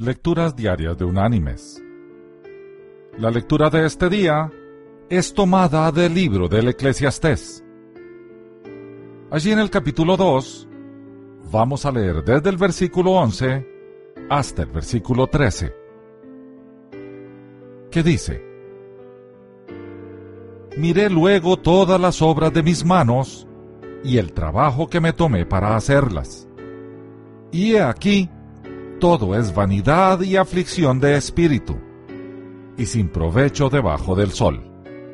Lecturas diarias de Unánimes. La lectura de este día es tomada del libro del Eclesiastés. Allí en el capítulo 2 vamos a leer desde el versículo 11 hasta el versículo 13, que dice: Miré luego todas las obras de mis manos y el trabajo que me tomé para hacerlas. Y he aquí, todo es vanidad y aflicción de espíritu, y sin provecho debajo del sol.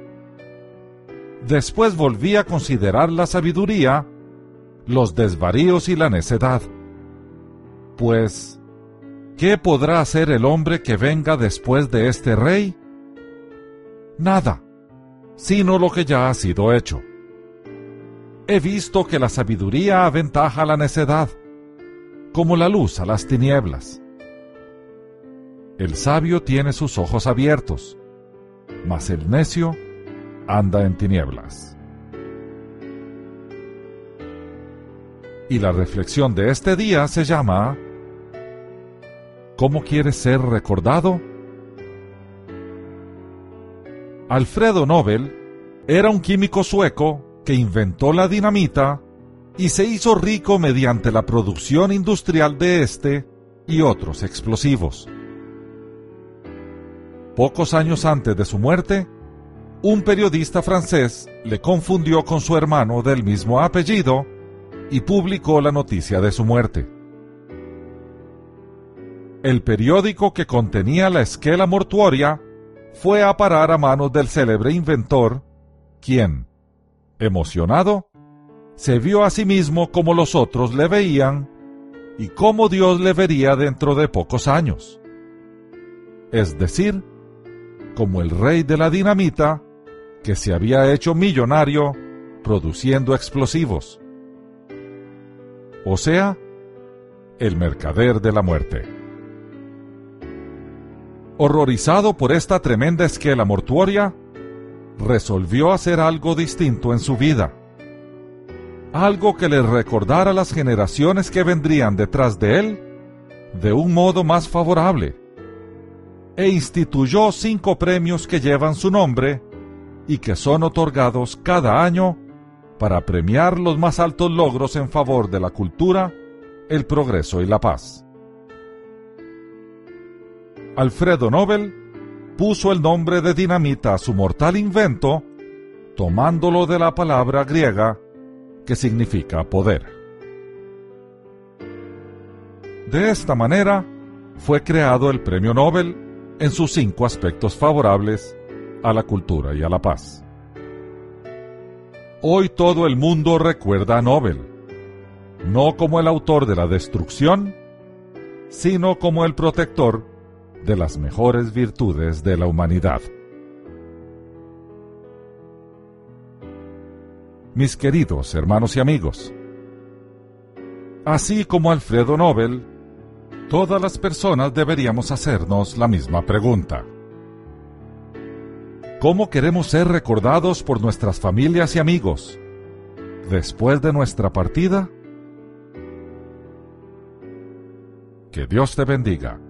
Después volví a considerar la sabiduría, los desvaríos y la necedad. Pues, ¿qué podrá hacer el hombre que venga después de este rey? Nada, sino lo que ya ha sido hecho. He visto que la sabiduría aventaja a la necedad, como la luz a las tinieblas. El sabio tiene sus ojos abiertos, mas el necio anda en tinieblas. Y la reflexión de este día se llama ¿Cómo quieres ser recordado? Alfredo Nobel era un químico sueco que inventó la dinamita y se hizo rico mediante la producción industrial de este y otros explosivos. Pocos años antes de su muerte, un periodista francés le confundió con su hermano del mismo apellido y publicó la noticia de su muerte. El periódico que contenía la esquela mortuoria fue a parar a manos del célebre inventor, quien, emocionado, se vio a sí mismo como los otros le veían y como Dios le vería dentro de pocos años. Es decir, como el rey de la dinamita que se había hecho millonario produciendo explosivos. O sea, el mercader de la muerte. Horrorizado por esta tremenda esquela mortuoria, resolvió hacer algo distinto en su vida. Algo que le recordara a las generaciones que vendrían detrás de él de un modo más favorable, e instituyó 5 premios que llevan su nombre y que son otorgados cada año para premiar los más altos logros en favor de la cultura, el progreso y la paz. Alfredo Nobel puso el nombre de dinamita a su mortal invento, tomándolo de la palabra griega que significa poder. De esta manera, fue creado el Premio Nobel en sus 5 aspectos favorables a la cultura y a la paz. Hoy todo el mundo recuerda a Nobel, no como el autor de la destrucción, sino como el protector de las mejores virtudes de la humanidad. Mis queridos hermanos y amigos, así como Alfredo Nobel, todas las personas deberíamos hacernos la misma pregunta. ¿Cómo queremos ser recordados por nuestras familias y amigos después de nuestra partida? Que Dios te bendiga.